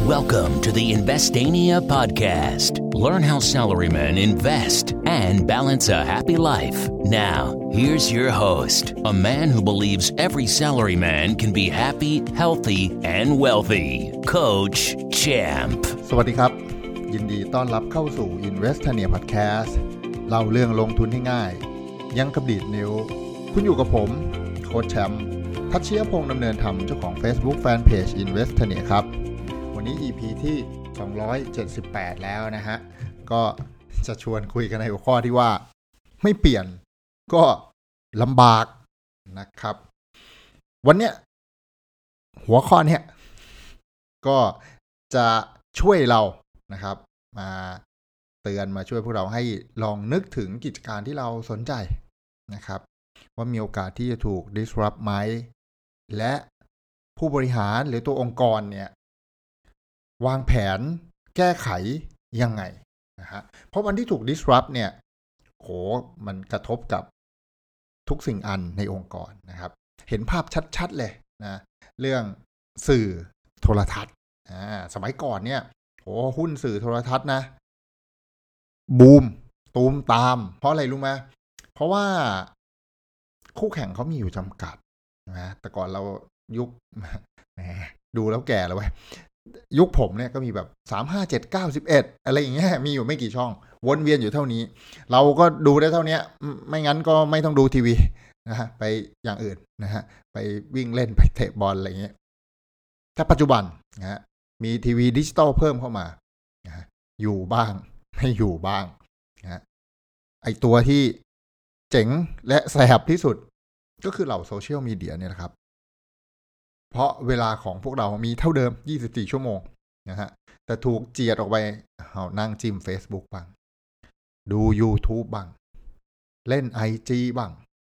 Welcome to the Investania podcast. Learn how salarymen invest and balance a happy life. Now, here's your host, a man who believes every salaryman can be happy, healthy, and wealthy, Coach Champ. สวัสดีครับยินดีต้อนรับเข้าสู่ Investania podcast เล่าเรื่องลงทุนให้ง่ายยังกระดิดนิ้วคุณอยู่กับผมโค้ชแชมป์ทัชเชียพงษ์ดำเนินธรรมเจ้าของ Facebook Fanpage Investania ครับวันนี้ EP ที่278แล้วนะฮะก็จะชวนคุยกันในหัวข้อที่ว่าไม่เปลี่ยนก็ลำบากนะครับวันเนี้ยหัวข้อเนี้ยก็จะช่วยเรานะครับมาเตือนมาช่วยพวกเราให้ลองนึกถึงกิจการที่เราสนใจนะครับว่ามีโอกาสที่จะถูก disrupt ไหมและผู้บริหารหรือตัวองค์กรเนี่ยวางแผนแก้ไขยังไงนะฮะเพราะวันที่ถูก disrupt เนี่ยโหมันกระทบกับทุกสิ่งอันในองค์กรนะครับเห็นภาพชัดๆเลยนะเรื่องสื่อโทรทัศน์สมัยก่อนเนี่ยโหหุ้นสื่อโทรทัศน์นะบูมตูมตามเพราะอะไรรู้ไหมเพราะว่าคู่แข่งเขามีอยู่จำกัดนะแต่ก่อนเรายุคดูแล้วแก่แล้วเว้ยยุคผมเนี่ยก็มีแบบ3 5 7 9 11อะไรอย่างเงี้ยมีอยู่ไม่กี่ช่องวนเวียนอยู่เท่านี้เราก็ดูได้เท่านี้ไม่งั้นก็ไม่ต้องดูทีวีนะฮะไปอย่างอื่นนะฮะไปวิ่งเล่นไปเตะบอลอะไรอย่างเงี้ยถ้าปัจจุบันนะฮะมีทีวีดิจิตอลเพิ่มเข้ามานะฮะอยู่บ้างไม่อยู่บ้างนะฮะไอตัวที่เจ๋งและแสบที่สุดก็คือเหล่าโซเชียลมีเดียเนี่ยนะครับเพราะเวลาของพวกเรามีเท่าเดิม24ชั่วโมงนะฮะแต่ถูกเจียดออกไปเอานั่งจิ้ม Facebook บ้างดู YouTube บ้างเล่น IG บ้าง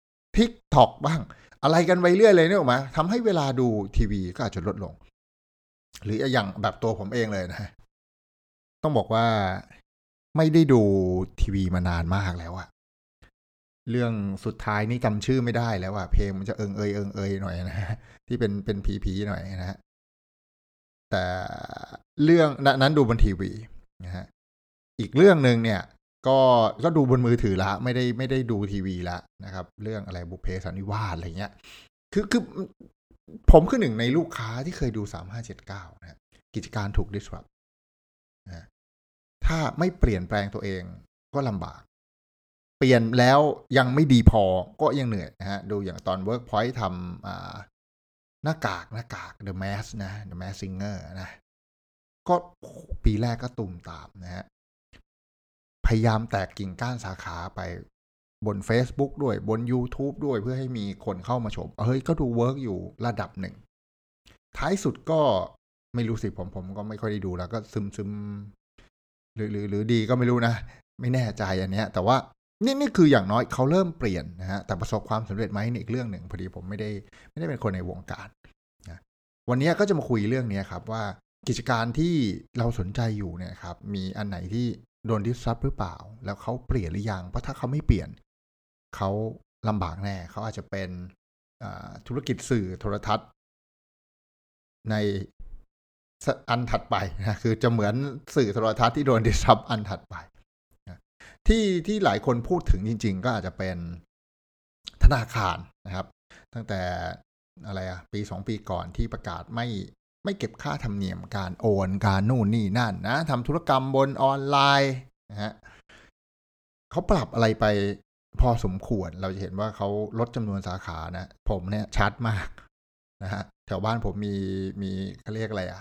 TikTok บ้างอะไรกันไปเรื่อยเลยเนี่ยออกมาทำให้เวลาดูทีวีก็อาจจะลดลงหรืออย่างแบบตัวผมเองเลยนะต้องบอกว่าไม่ได้ดูทีวีมานานมากแล้วอะเรื่องสุดท้ายนี่จำชื่อไม่ได้แล้วอะเพลงมันจะเอิงเอยหน่อยนะที่เป็นผีหน่อยนะฮะแต่เรื่องนั้นดูบนทีวีนะฮะอีกเรื่องนึงเนี่ยก็ดูบนมือถือละไม่ได้ดูทีวีละนะครับเรื่องอะไรบุพเพสันนิวาสอะไรเงี้ยคือผมคือหนึ่งในลูกค้าที่เคยดู3579นะกิจการถูก disrupt นะถ้าไม่เปลี่ยนแปลงตัวเองก็ลำบากเปลี่ยนแล้วยังไม่ดีพอก็ยังเหนื่อยนะฮะดูอย่างตอน Workpoint ทำหน้ากาก The Mask นะ The Mask Singer นะก็ปีแรกก็ตุ่มตามนะฮะพยายามแตกกิ่งก้านสาขาไปบน Facebook ด้วยบน YouTube ด้วยเพื่อให้มีคนเข้ามาชมเฮ้ยก็ดูเวิร์กอยู่ระดับหนึ่งท้ายสุดก็ไม่รู้สิผมก็ไม่ค่อยได้ดูแล้วก็ซึมหรือดีก็ไม่รู้นะไม่แน่ใจอันเนี้ยแต่ว่านี่คืออย่างน้อยเขาเริ่มเปลี่ยนนะฮะแต่ประสบความสำเร็จไหมนี่อีกเรื่องหนึ่งพอดีผมไม่ได้เป็นคนในวงการนะวันนี้ก็จะมาคุยเรื่องนี้ครับว่ากิจการที่เราสนใจอยู่เนี่ยครับมีอันไหนที่โดนดิสรัปหรือเปล่าแล้วเขาเปลี่ยนหรือยังเพราะถ้าเขาไม่เปลี่ยนเขาลำบากแน่เขาอาจจะเป็นธุรกิจสื่อโทรทัศน์ในอันถัดไปนะคือจะเหมือนสื่อโทรทัศน์ที่โดนดิสรัปอันถัดไปที่หลายคนพูดถึงจริงๆก็อาจจะเป็นธนาคารนะครับตั้งแต่อะไรปี2ปีก่อนที่ประกาศไม่เก็บค่าธรรมเนียมการโอนการนู่นนี่นั่นนะทำธุรกรรมบนออนไลน์นะฮะเขาปรับอะไรไปพอสมควรเราจะเห็นว่าเขาลดจำนวนสาขานะผมเนี่ยชัดมากนะฮะแถวบ้านผมมีเขาเรียกอะไร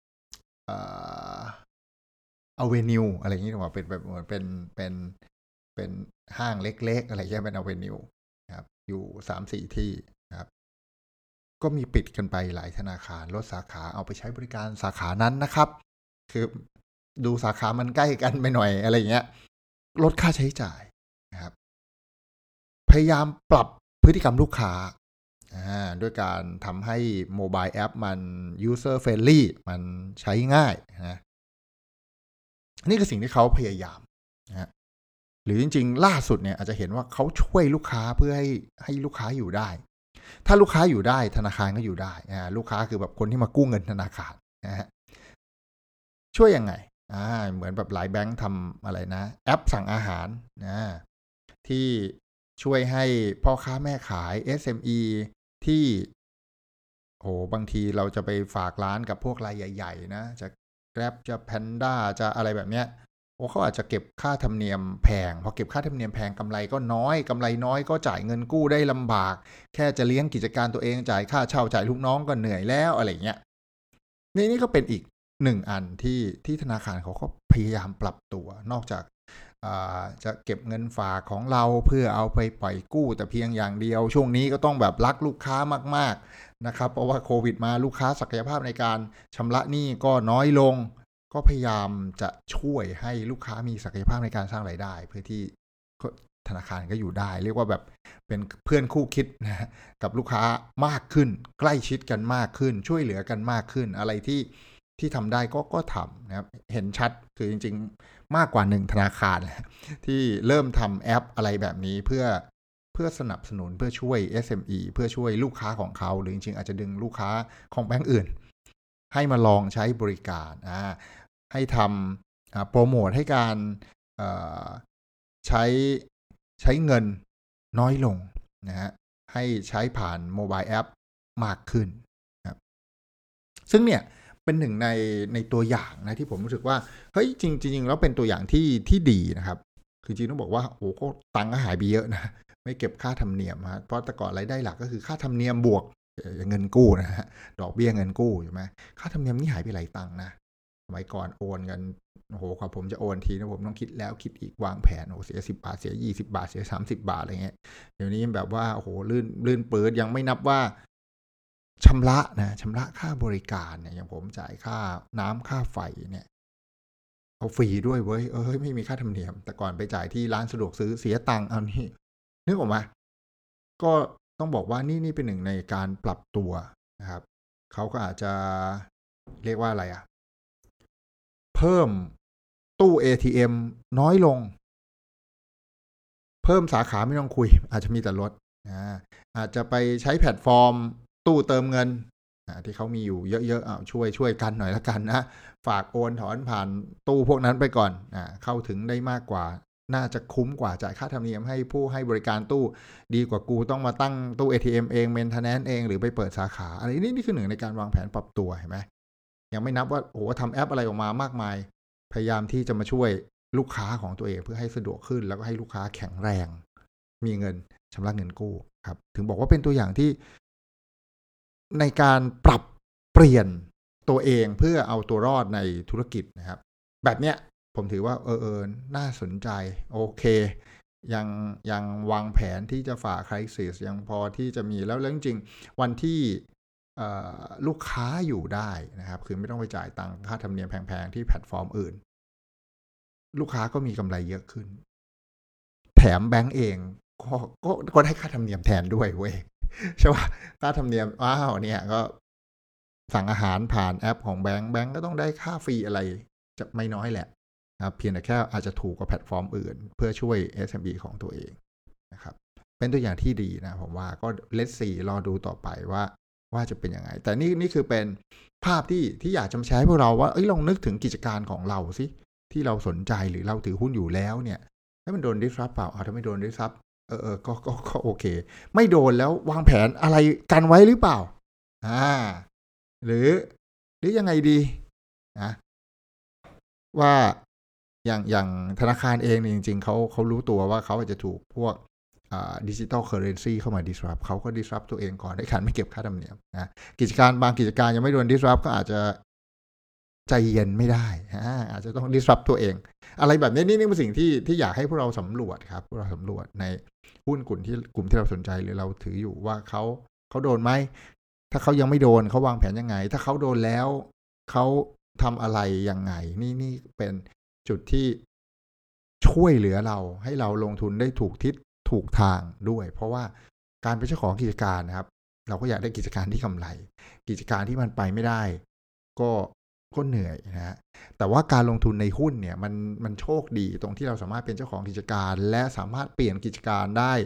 Avenue อะไรอย่างนี้ถูกป่ะเป็นแบบเหมือนเป็นห้างเล็กๆอะไรแค่เป็น Avenue นะครับอยู่ 3-4 ที่นะครับก็มีปิดกันไปหลายธนาคารลดสาขาเอาไปใช้บริการสาขานั้นนะครับคือดูสาขามันใกล้กันไปหน่อยอะไรอย่างเงี้ยลดค่าใช้จ่ายนะครับพยายามปรับพฤติกรรมลูกค้าด้วยการทำให้โมบายแอปมัน user friendly มันใช้ง่ายนะนี่คือสิ่งที่เขาพยายามนะหรือจริงๆล่าสุดเนี่ยอาจจะเห็นว่าเขาช่วยลูกค้าเพื่อให้ลูกค้าอยู่ได้ถ้าลูกค้าอยู่ได้ธนาคารก็อยู่ได้ลูกค้าคือแบบคนที่มากู้เงินธนาคารนะฮะช่วยยังไงเหมือนแบบหลายแบงค์ทำอะไรนะแอปสั่งอาหารที่ช่วยให้พ่อค้าแม่ขาย SME ที่บางทีเราจะไปฝากร้านกับพวกรายใหญ่ๆนะจะ Grab จะ Panda จะอะไรแบบเนี้ยเขาอาจจะเก็บค่าธรรมเนียมแพงพอเก็บค่าธรรมเนียมแพงกำไรก็น้อยกำไรน้อยก็จ่ายเงินกู้ได้ลำบากแค่จะเลี้ยงกิจการตัวเองจ่ายค่าเช่าจ่ายลูกน้องก็เหนื่อยแล้วอะไรเงี้ยนี่ก็เป็นอีกหนึ่งอันที่ธนาคารเขาก็พยายามปรับตัวนอกจากจะเก็บเงินฝากของเราเพื่อเอาไปปล่อยกู้แต่เพียงอย่างเดียวช่วงนี้ก็ต้องแบบรักลูกค้ามากๆนะครับเพราะว่าโควิดมาลูกค้าศักยภาพในการชำระหนี้ก็น้อยลงก็พยายามจะช่วยให้ลูกค้ามีศักยภาพในการสร้างรายได้เพื่อที่ธนาคารก็อยู่ได้เรียกว่าแบบเป็นเพื่อนคู่คิดนะกับลูกค้ามากขึ้นใกล้ชิดกันมากขึ้นช่วยเหลือกันมากขึ้นอะไรที่ทำได้ก็ทำนะครับเห็นชัดคือจริงๆมากกว่า1ธนาคารที่เริ่มทำแอปอะไรแบบนี้เพื่อสนับสนุนเพื่อช่วย SME เพื่อช่วยลูกค้าของเขาหรือจริงๆอาจจะดึงลูกค้าของแบงก์อื่นให้มาลองใช้บริการให้ทำโปรโมทให้การใช้เงินน้อยลงนะฮะให้ใช้ผ่านโมบายแอปมากขึ้นครับซึ่งเนี่ยเป็นหนึ่งในตัวอย่างนะที่ผมรู้สึกว่าเฮ้ยจริงๆแล้วเป็นตัวอย่างที่ดีนะครับคือจริงต้องบอกว่าก็ตังค์ก็หายไปเยอะนะไม่เก็บค่าธรรมเนียมฮะเพราะแต่ก่อนรายได้หลักก็คือค่าธรรมเนียมบวกเงินกู้นะฮะดอกเบี้ยเงินกู้ใช่ไหมค่าธรรมเนียมนี่หายไปหลายตังค์นะสมัยก่อนโอนกันกว่าผมจะโอนทีนะผมต้องคิดแล้วคิดอีกวางแผนเสีย10 บาทเสีย20 บาทเสีย30 บาทอะไรเงี้ยเดี๋ยวนี้แบบว่าลื่นเปิดยังไม่นับว่าชำระค่าบริการเนี่ยอย่างผมจ่ายค่าน้ำค่าไฟเนี่ยเอาฟรีด้วยเว้ยไม่มีค่าธรรมเนียมแต่ก่อนไปจ่ายที่ร้านสะดวกซื้อเสียตังค์เอานี่นึกออกมาก็ต้องบอกว่านี่เป็นหนึ่งในการปรับตัวนะครับเขาก็อาจจะเรียกว่าอะไรเพิ่มตู้ ATM น้อยลงเพิ่มสาขาไม่ต้องคุยอาจจะมีแต่ลดอาจจะไปใช้แพลตฟอร์มตู้เติมเงินที่เขามีอยู่เยอะๆช่วยกันหน่อยละกันนะฝากโอนถอนผ่านตู้พวกนั้นไปก่อนเข้าถึงได้มากกว่าน่าจะคุ้มกว่าจ่ายค่าธรรมเนียมให้ผู้ให้บริการตู้ดีกว่ากูต้องมาตั้งตู้ ATM เองเมนเทนแนนซ์เองหรือไปเปิดสาขาอะไรนี่คือหนึ่งในการวางแผนปรับตัวเห็นไหมยังไม่นับว่าทำแอปอะไรออกมามากมายพยายามที่จะมาช่วยลูกค้าของตัวเองเพื่อให้สะดวกขึ้นแล้วก็ให้ลูกค้าแข็งแรงมีเงินชำระเงินกู้ครับถึงบอกว่าเป็นตัวอย่างที่ในการปรับเปลี่ยนตัวเองเพื่อเอาตัวรอดในธุรกิจนะครับแบบเนี้ยผมถือว่าน่าสนใจโอเคยังวางแผนที่จะฝ่าไครซิสยังพอที่จะมีแล้วจริงๆวันที่ลูกค้าอยู่ได้นะครับคือไม่ต้องไปจ่ายตังค่าธรรมเนียมแพงๆที่แพลตฟอร์มอื่นลูกค้าก็มีกำไรเยอะขึ้นแถมแบงก์เองก็ได้ค่าธรรมเนียมแทนด้วยเว้ยใช่ป่ะค่าธรรมเนียมเนี่ยก็สั่งอาหารผ่านแอปของแบงก์ก็ต้องได้ค่าฟรีอะไรจะไม่น้อยแหละครับเพียงแต่แค่อาจจะถูกกว่าแพลตฟอร์มอื่นเพื่อช่วย SME ของตัวเองนะครับเป็นตัวอย่างที่ดีนะผมว่าก็let's seeรอดูต่อไปว่าจะเป็นยังไงแต่นี่คือเป็นภาพที่อยากจะมาแชร์ให้พวกเราว่าลองนึกถึงกิจการของเราสิที่เราสนใจหรือเราถือหุ้นอยู่แล้วเนี่ยถ้ามันโดน disrupt เปล่าถ้าไม่โดน disrupt ก็โอเคไม่โดนแล้ววางแผนอะไรกันไว้หรือเปล่าหรือยังไงดีนะว่าอย่างธนาคารเองจริงๆเขารู้ตัวว่าเขาอาจจะถูกพวกดิจิทัลเคอเรนซีเข้ามา disrupt เขาก็ disrupt ตัวเองก่อนด้วยการไม่เก็บค่าธรรมเนียมนะกิจการบางกิจการยังไม่โดน disrupt ก็อาจจะใจเย็นไม่ได้อาจจะต้อง disrupt ตัวเองอะไรแบบนี้นี่เป็นสิ่งที่อยากให้พวกเราสำรวจครับพวกเราสำรวจในหุ้นกลุ่มที่เราสนใจหรือเราถืออยู่ว่าเขาโดนไหมถ้าเขายังไม่โดนเขาวางแผนยังไงถ้าเขาโดนแล้วเขาทำอะไรยังไงนี่เป็นจุดที่ช่วยเหลือเราให้เราลงทุนได้ถูกทิศถูกทางด้วยเพราะว่าการเป็นเจ้าของกิจการนะครับเราก็อยากได้กิจการที่กำไรกิจการที่มันไปไม่ได้ก็เหนื่อยนะฮะแต่ว่าการลงทุนในหุ้นเนี่ยมันโชคดีตรงที่เราสามารถเป็นเจ้าของกิจการและสามารถเปลี่ยนกิจการได้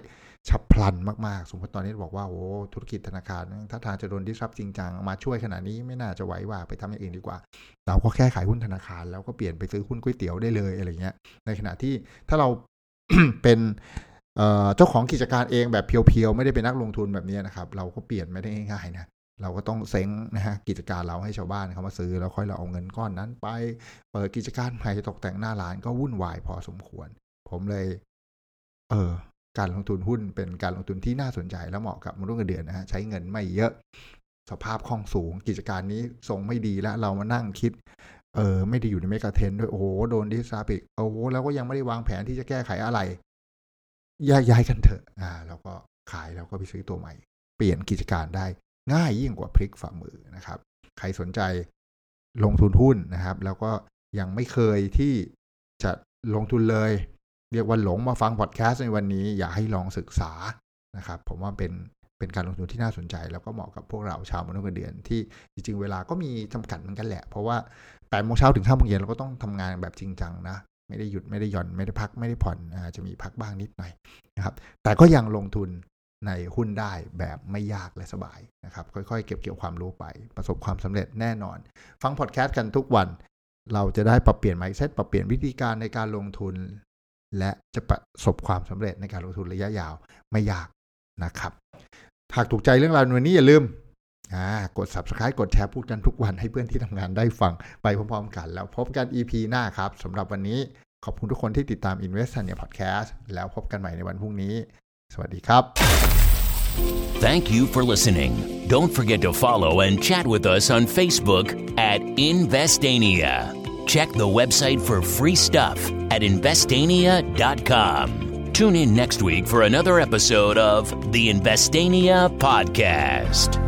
ฉับพลันมากๆสมมติตอนนี้บอกว่าโอ้ธุรกิจธนาคารถ้าทางจะโดนดิสรัปจริงจังมาช่วยขนาดนี้ไม่น่าจะไหวว่าไปทำอย่างอื่นดีกว่าเราก็แค่ขายหุ้นธนาคารแล้วก็เปลี่ยนไปซื้อหุ้นก๋วยเตี๋ยวได้เลยอะไรเงี้ยในขณะที่ถ้าเรา เป็นเจ้าของกิจการเองแบบเพียวๆไม่ได้เป็นนักลงทุนแบบนี้นะครับเราก็เปลี่ยนไม่ได้ง่ายๆนะเราก็ต้องเซ้งนะฮะกิจการเราให้ชาวบ้านเขามาซื้อแล้วค่อยเราเอาเงินก้อนนั้นไปเปิดกิจการใหม่ตกแต่งหน้าร้านก็วุ่นวายพอสมควรผมเลยการลงทุนหุ้นเป็นการลงทุนที่น่าสนใจและเหมาะกับมนุษย์เงินเดือนนะฮะใช้เงินไม่เยอะสภาพคล่องสูงกิจการนี้ทรงไม่ดีแล้วเรามานั่งคิดไม่ได้อยู่ในเมกะเทรนด์ด้วยโอ้โหโดนดิสรัปอีกโอ้โหแล้วก็ยังไม่ได้วางแผนที่จะแก้ไขอะไรย้ายกันเถอะแล้วก็ขายแล้วก็ไปซื้อตัวใหม่เปลี่ยนกิจการได้ง่ายยิ่งกว่าพลิกฝ่ามือนะครับใครสนใจลงทุนหุ้นนะครับแล้วก็ยังไม่เคยที่จะลงทุนเลยเรียกว่าหลงมาฟังพอดแคสต์ในวันนี้อยากให้ลองศึกษานะครับผมว่าเป็นการลงทุนที่น่าสนใจแล้วก็เหมาะกับพวกเราชาวมนุษย์เงินเดือนที่จริงๆเวลาก็มีจำกัดเหมือนกันแหละเพราะว่า 8 โมงเช้าถึง 5 โมงเย็นเราก็ต้องทำงานแบบจริงจังนะไม่ได้หยุดไม่ได้หย่อนไม่ได้พักไม่ได้ผ่อนจะมีพักบ้างนิดหน่อยนะครับแต่ก็ยังลงทุนในหุ้นได้แบบไม่ยากและสบายนะครับค่อยๆเก็บเกี่ยวความรู้ไปประสบความสำเร็จแน่นอนฟังพอดแคสต์กันทุกวันเราจะได้ปรับเปลี่ยน mindset ปรับเปลี่ยนวิธีการในการลงทุนและจะประสบความสำเร็จในการลงทุนระยะยาวไม่ยากนะครับหากถูกใจเรื่องราววันนี้อย่าลืมกด Subscribe กดแชร์พูดกันทุกวันให้เพื่อนที่ทำงานได้ฟังไปพร้อมๆกันแล้วพบกัน EP หน้าครับสำหรับวันนี้ขอบคุณทุกคนที่ติดตาม Investonia Podcast แล้วพบกันใหม่ในวันพรุ่งนี้สวัสดีครับ Thank you for listening. Don't forget to follow and chat with us on Facebook at Investania. Check the website for free stuff at Investania.com. Tune in next week for another episode of the Investania Podcast.